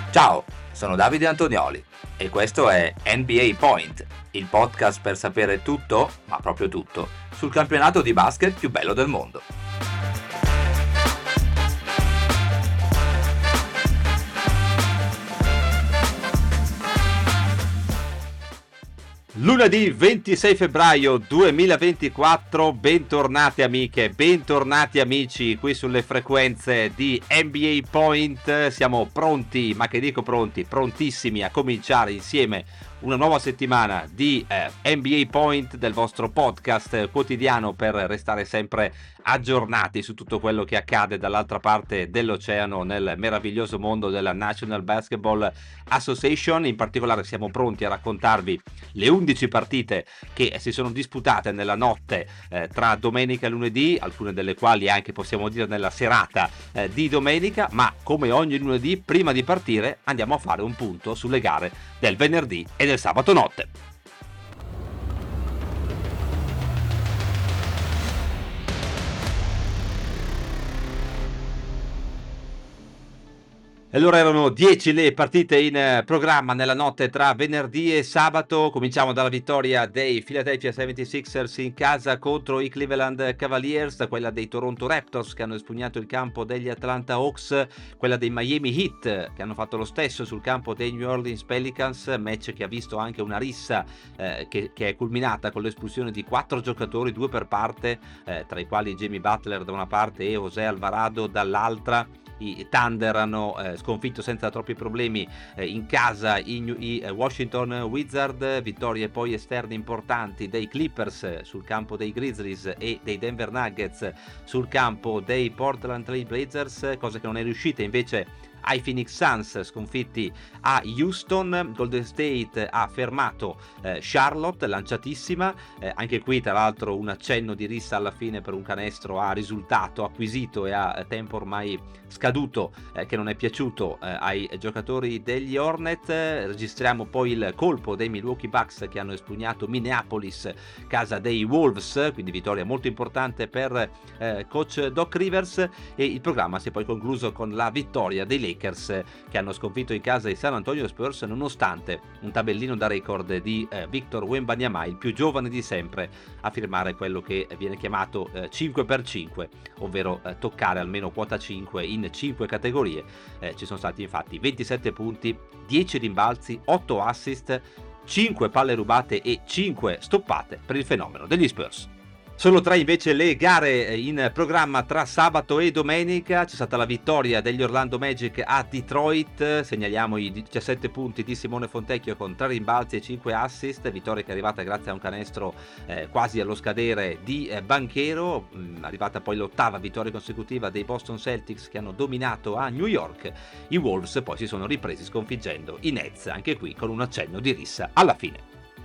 Ciao, sono Davide Antonioli e questo è NBA Point, il podcast per sapere tutto, ma proprio tutto, sul campionato di basket più bello del mondo. Lunedì 26 febbraio 2024, bentornate amiche, bentornati amici qui sulle frequenze di NBA Point. Siamo pronti, ma che dico pronti, prontissimi a cominciare insieme una nuova settimana di NBA Point, del vostro podcast quotidiano per restare sempre aggiornati su tutto quello che accade dall'altra parte dell'oceano nel meraviglioso mondo della National Basketball Association. In particolare siamo pronti a raccontarvi le 11 partite che si sono disputate nella notte tra domenica e lunedì, alcune delle quali anche possiamo dire nella serata di domenica, ma come ogni lunedì prima di partire andiamo a fare un punto sulle gare del venerdì e del sabato notte. Allora erano 10 le partite in programma nella notte tra venerdì e sabato. Cominciamo dalla vittoria dei Philadelphia 76ers in casa contro i Cleveland Cavaliers, quella dei Toronto Raptors che hanno espugnato il campo degli Atlanta Hawks, quella dei Miami Heat che hanno fatto lo stesso sul campo dei New Orleans Pelicans, match che ha visto anche una rissa che è culminata con l'espulsione di 4 giocatori, 2 per parte, tra i quali Jimmy Butler da una parte e José Alvarado dall'altra. I Thunder hanno sconfitto senza troppi problemi in casa i Washington Wizards, vittorie poi esterne importanti dei Clippers sul campo dei Grizzlies e dei Denver Nuggets sul campo dei Portland Trail Blazers, cosa che non è riuscita invece ai Phoenix Suns sconfitti a Houston. Golden State ha fermato Charlotte, lanciatissima, anche qui tra l'altro un accenno di rissa alla fine per un canestro a risultato acquisito e a tempo ormai scaduto che non è piaciuto ai giocatori degli Hornet. Registriamo poi il colpo dei Milwaukee Bucks che hanno espugnato Minneapolis, casa dei Wolves, quindi vittoria molto importante per coach Doc Rivers, e il programma si è poi concluso con la vittoria dei Lakers che hanno sconfitto in casa i San Antonio Spurs nonostante un tabellino da record di Victor Wembanyama, il più giovane di sempre a firmare quello che viene chiamato 5x5, ovvero toccare almeno quota 5 in 5 categorie. Ci sono stati infatti 27 punti, 10 rimbalzi, 8 assist, 5 palle rubate e 5 stoppate per il fenomeno degli Spurs. Sono 3 invece le gare in programma tra sabato e domenica. C'è stata la vittoria degli Orlando Magic a Detroit, segnaliamo i 17 punti di Simone Fontecchio con 3 rimbalzi e 5 assist, vittoria che è arrivata grazie a un canestro quasi allo scadere di Banchero. Arrivata poi l'8ª vittoria consecutiva dei Boston Celtics che hanno dominato a New York. I Wolves poi si sono ripresi sconfiggendo i Nets, anche qui con un accenno di rissa alla fine.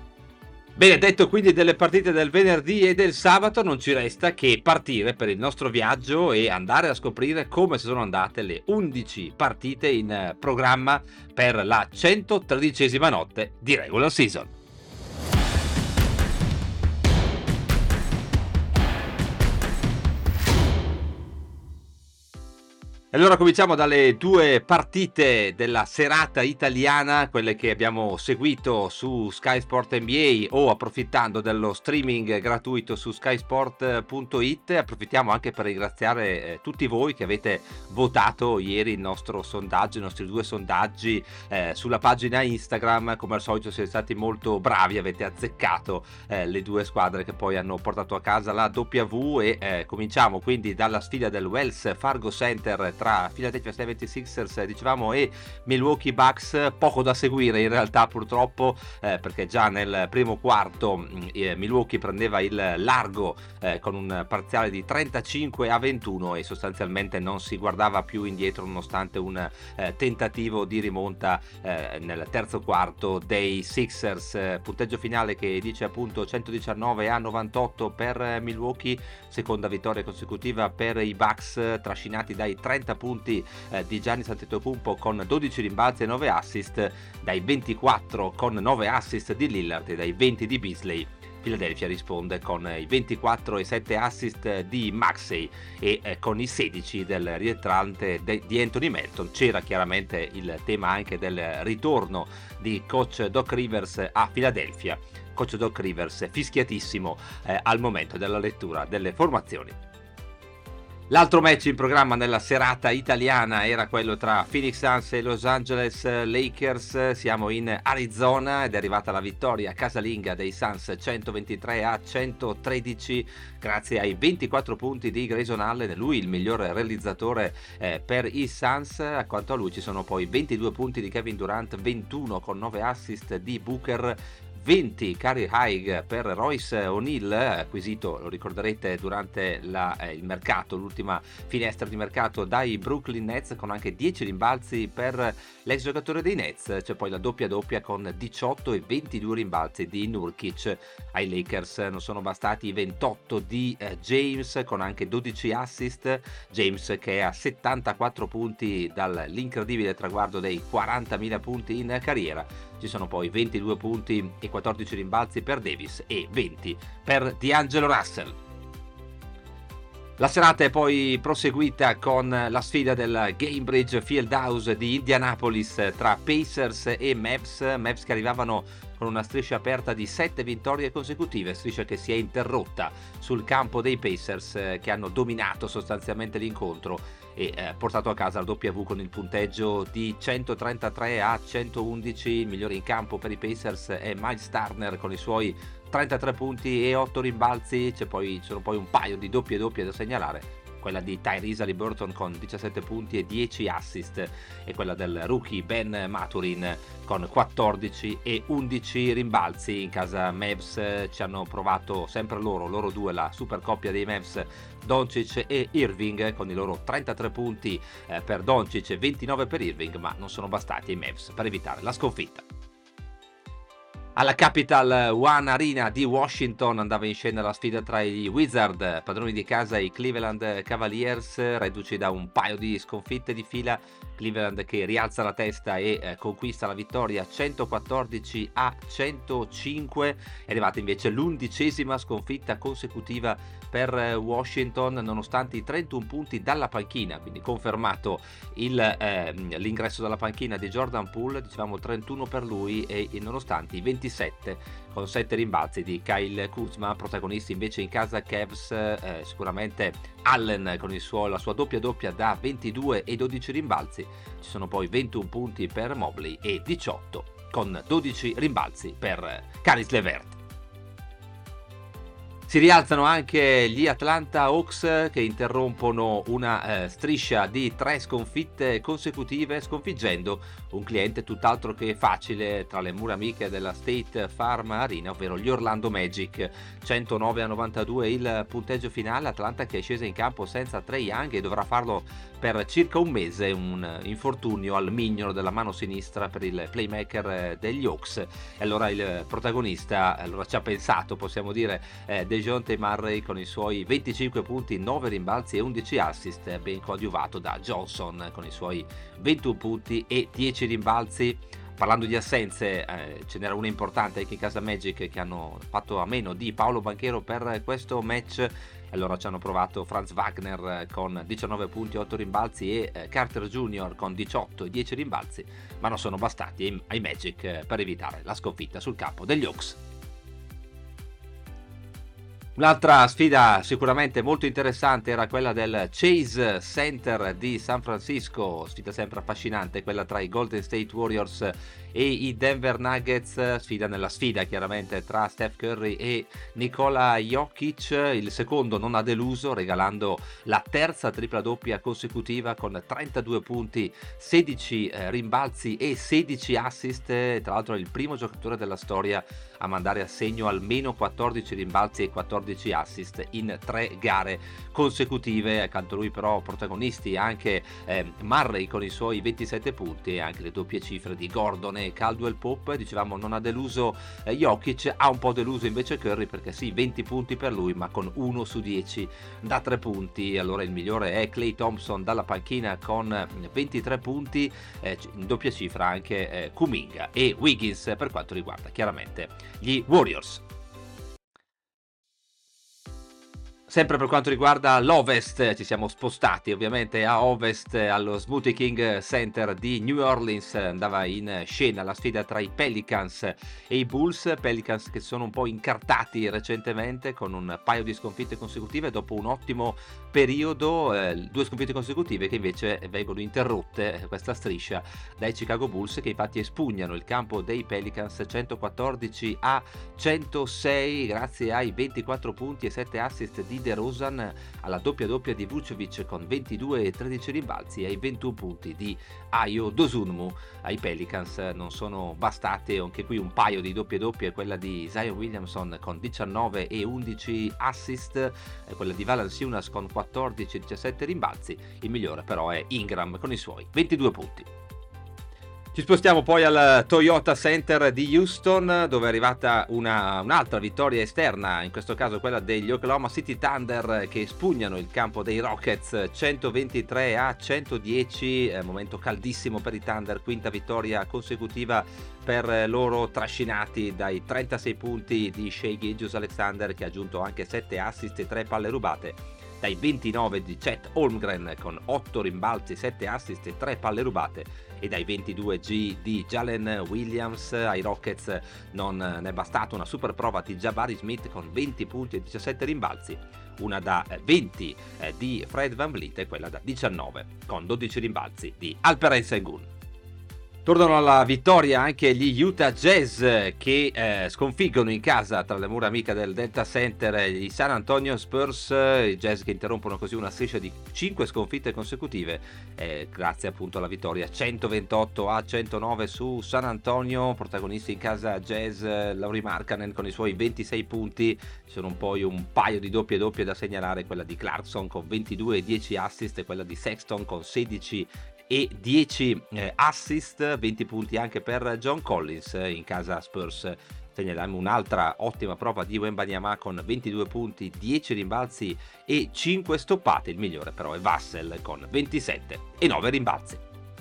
Bene, detto quindi delle partite del venerdì e del sabato, non ci resta che partire per il nostro viaggio e andare a scoprire come sono andate le 11 partite in programma per la 113ª notte di regular season. Allora cominciamo dalle 2 partite della serata italiana, quelle che abbiamo seguito su Sky Sport NBA o approfittando dello streaming gratuito su skysport.it. Approfittiamo anche per ringraziare tutti voi che avete votato ieri il nostro sondaggio, i nostri 2 sondaggi sulla pagina Instagram. Come al solito siete stati molto bravi, avete azzeccato le 2 squadre che poi hanno portato a casa la W e cominciamo quindi dalla sfida del Wells Fargo Center tra Philadelphia 76ers dicevamo e Milwaukee Bucks. Poco da seguire in realtà purtroppo perché già nel primo quarto Milwaukee prendeva il largo con un parziale di 35-21 e sostanzialmente non si guardava più indietro nonostante un tentativo di rimonta nel terzo quarto dei Sixers. Punteggio finale che dice appunto 119-98 per Milwaukee, seconda vittoria consecutiva per i Bucks trascinati dai 30 punti di Giannis Antetokounmpo con 12 rimbalzi e 9 assist, dai 24 con 9 assist di Lillard e dai 20 di Beasley Philadelphia risponde con i 24 e 7 assist di Maxey e con i 16 del rientrante di Anthony Melton. C'era chiaramente il tema anche del ritorno di coach Doc Rivers a Philadelphia. Coach Doc Rivers fischiatissimo al momento della lettura delle formazioni. L'altro match in programma nella serata italiana era quello tra Phoenix Suns e Los Angeles Lakers. Siamo in Arizona ed è arrivata la vittoria casalinga dei Suns 123-113 grazie ai 24 punti di Grayson Allen, lui il miglior realizzatore per i Suns. Accanto a lui ci sono poi 22 punti di Kevin Durant, 21 con 9 assist di Booker, 20 career high per Royce O'Neal, acquisito, lo ricorderete, durante il mercato, l'ultima finestra di mercato dai Brooklyn Nets, con anche 10 rimbalzi per l'ex giocatore dei Nets. C'è poi la doppia con 18 e 22 rimbalzi di Nurkic. Ai Lakers non sono bastati i 28 di James, con anche 12 assist. James che è a 74 punti dall'incredibile traguardo dei 40.000 punti in carriera. Ci sono poi 22 punti e 14 rimbalzi per Davis e 20 per D'Angelo Russell. La serata è poi proseguita con la sfida del Gainbridge Fieldhouse di Indianapolis tra Pacers e Mavs. Mavs che arrivavano con una striscia aperta di 7 vittorie consecutive, striscia che si è interrotta sul campo dei Pacers che hanno dominato sostanzialmente l'incontro e portato a casa la W con il punteggio di 133-111. Il migliore in campo per i Pacers è Miles Turner con i suoi 33 punti e 8 rimbalzi. Ci sono poi un paio di doppie da segnalare, quella di Tyrese Haliburton con 17 punti e 10 assist e quella del rookie Ben Mathurin con 14 e 11 rimbalzi. In casa Mavs ci hanno provato sempre loro due, la super coppia dei Mavs, Doncic e Irving, con i loro 33 punti per Doncic e 29 per Irving, ma non sono bastati ai Mavs per evitare la sconfitta. Alla Capital One Arena di Washington andava in scena la sfida tra i Wizard, padroni di casa, e i Cleveland Cavaliers, reduci da un paio di sconfitte di fila. Cleveland che rialza la testa e conquista la vittoria 114-105. È arrivata invece l'11ª sconfitta consecutiva per Washington, nonostante i 31 punti dalla panchina, quindi confermato l'ingresso dalla panchina di Jordan Poole, dicevamo 31 per lui, e nonostante i 27 con 7 rimbalzi di Kyle Kuzma. Protagonisti invece in casa Cavs, sicuramente Allen con la sua doppia da 22 e 12 rimbalzi. Ci sono poi 21 punti per Mobley e 18 con 12 rimbalzi per Caris LeVert. Si rialzano anche gli Atlanta Hawks che interrompono una striscia di 3 sconfitte consecutive, sconfiggendo un cliente tutt'altro che facile tra le mura amiche della State Farm Arena, ovvero gli Orlando Magic. 109-92 il punteggio finale. Atlanta che è scesa in campo senza Trae Young e dovrà farlo per circa un mese, un infortunio al mignolo della mano sinistra per il playmaker degli Hawks. E allora il protagonista ci ha pensato, possiamo dire, DeJounte Murray con i suoi 25 punti, 9 rimbalzi e 11 assist, ben coadiuvato da Johnson con i suoi 21 punti e 10 rimbalzi. Parlando di assenze, ce n'era una importante anche in casa Magic, che hanno fatto a meno di Paolo Banchero per questo match. Allora ci hanno provato Franz Wagner con 19 punti e 8 rimbalzi e Carter Jr. con 18 e 10 rimbalzi, ma non sono bastati ai Magic per evitare la sconfitta sul campo degli Hawks. Un'altra sfida sicuramente molto interessante era quella del Chase Center di San Francisco, sfida sempre affascinante, quella tra i Golden State Warriors e i Denver Nuggets, sfida nella sfida chiaramente tra Steph Curry e Nikola Jokic. Il secondo non ha deluso, regalando la terza tripla doppia consecutiva con 32 punti, 16 rimbalzi e 16 assist. Tra l'altro è il primo giocatore della storia a mandare a segno almeno 14 rimbalzi e 14 assist in 3 gare consecutive. Accanto a lui però protagonisti anche Murray con i suoi 27 punti e anche le doppie cifre di Gordon e Caldwell Pope. Dicevamo non ha deluso Jokic, ha un po' deluso invece Curry, perché sì, 20 punti per lui ma con 1 su 10 da 3 punti. Allora il migliore è Klay Thompson dalla panchina con 23 punti, in doppia cifra anche Kuminga e Wiggins per quanto riguarda chiaramente gli Warriors. Sempre per quanto riguarda l'Ovest, ci siamo spostati ovviamente a Ovest, allo Smoothie King Center di New Orleans. Andava in scena la sfida tra i Pelicans e i Bulls. Pelicans che sono un po' incartati recentemente con un paio di sconfitte consecutive dopo un ottimo periodo, 2 sconfitte consecutive che invece vengono interrotte, questa striscia, dai Chicago Bulls, che infatti espugnano il campo dei Pelicans 114-106 grazie ai 24 punti e 7 assist di DeRozan, alla doppia di Vucevic con 22 e 13 rimbalzi e ai 21 punti di Ayo Dosunmu. Ai Pelicans non sono bastate anche qui un paio di doppie, quella di Zion Williamson con 19 e 11 assist, quella di Valanciunas con 14 e 17 rimbalzi. Il migliore però è Ingram con i suoi 22 punti. Ci spostiamo poi al Toyota Center di Houston, dove è arrivata un'altra vittoria esterna, in questo caso quella degli Oklahoma City Thunder, che espugnano il campo dei Rockets 123-110, momento caldissimo per i Thunder, quinta vittoria consecutiva per loro, trascinati dai 36 punti di Shai Gilgeous-Alexander, che ha aggiunto anche 7 assist e 3 palle rubate, dai 29 di Chet Holmgren con 8 rimbalzi, 7 assist e 3 palle rubate, e dai 22 di Jalen Williams. Ai Rockets non ne è bastata una super prova di Jabari Smith con 20 punti e 17 rimbalzi, una da 20 di Fred VanVleet e quella da 19 con 12 rimbalzi di Alperen Sengun. Tornano alla vittoria anche gli Utah Jazz, che sconfiggono in casa, tra le mura amiche del Delta Center, i San Antonio Spurs. I Jazz che interrompono così una striscia di 5 sconfitte consecutive, grazie appunto alla vittoria 128-109 su San Antonio. Protagonisti in casa Jazz, Lauri Markkanen con i suoi 26 punti. Ci sono poi un paio di doppie da segnalare, quella di Clarkson con 22 e 10 assist e quella di Sexton con 16 e 10 assist, 20 punti anche per John Collins. In casa Spurs segnaliamo un'altra ottima prova di Wembanyama con 22 punti, 10 rimbalzi e 5 stoppate. Il migliore però è Vassell con 27 e 9 rimbalzi.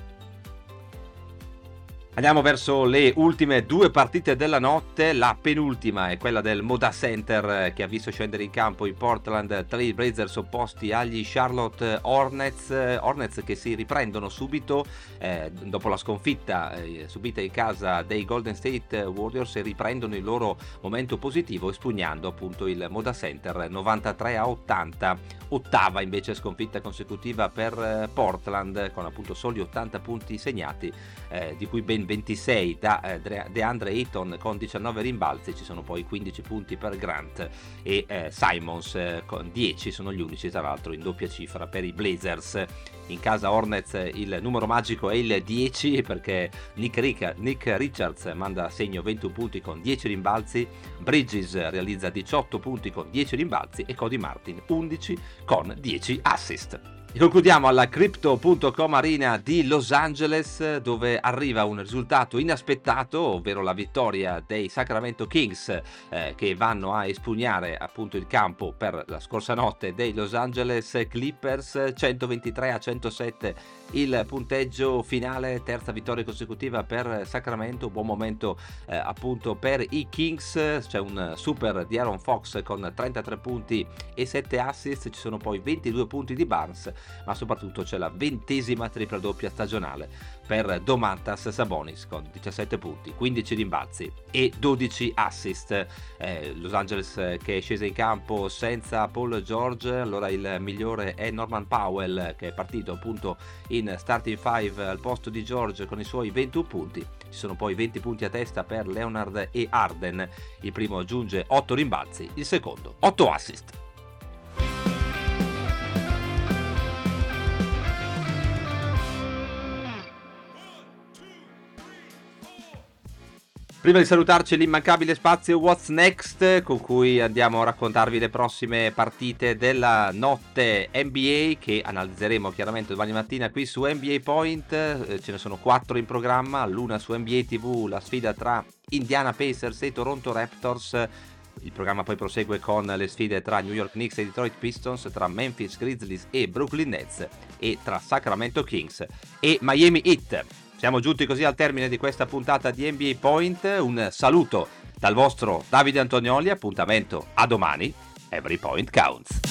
Andiamo verso le ultime 2 partite della notte. La penultima è quella del Moda Center, che ha visto scendere in campo i Portland Trail Blazers opposti agli Charlotte Hornets che si riprendono subito dopo la sconfitta subita in casa dei Golden State Warriors, e riprendono il loro momento positivo espugnando appunto il Moda Center 93-80. Ottava invece sconfitta consecutiva per Portland, con appunto soli 80 punti segnati, di cui ben 26 da DeAndre Ayton con 19 rimbalzi. Ci sono poi 15 punti per Grant e Simons con 10, sono gli unici tra l'altro in doppia cifra per i Blazers. In casa Hornets il numero magico è il 10, perché Nick Richards manda a segno 21 punti con 10 rimbalzi, Bridges realizza 18 punti con 10 rimbalzi e Cody Martin 11 con 10 assist. E concludiamo alla Crypto.com Arena di Los Angeles, dove arriva un risultato inaspettato, ovvero la vittoria dei Sacramento Kings, che vanno a espugnare appunto il campo per la scorsa notte dei Los Angeles Clippers. 123-107 il punteggio finale, terza vittoria consecutiva per Sacramento. Buon momento appunto per i Kings, c'è un super di Aaron Fox con 33 punti e 7 assist, ci sono poi 22 punti di Barnes, ma soprattutto c'è la 20ª tripla doppia stagionale per Domantas Sabonis con 17 punti, 15 rimbalzi e 12 assist. Los Angeles che è scesa in campo senza Paul George, allora il migliore è Norman Powell, che è partito appunto in starting 5 al posto di George con i suoi 21 punti. Ci sono poi 20 punti a testa per Leonard e Harden, il primo aggiunge 8 rimbalzi, il secondo 8 assist. Prima di salutarci l'immancabile spazio What's Next, con cui andiamo a raccontarvi le prossime partite della notte NBA, che analizzeremo chiaramente domani mattina qui su NBA Point. Ce ne sono 4 in programma, l'una su NBA TV, la sfida tra Indiana Pacers e Toronto Raptors. Il programma poi prosegue con le sfide tra New York Knicks e Detroit Pistons, tra Memphis Grizzlies e Brooklyn Nets, e tra Sacramento Kings e Miami Heat. Siamo giunti così al termine di questa puntata di NBA Point. Un saluto dal vostro Davide Antonioli, appuntamento a domani. Every point counts.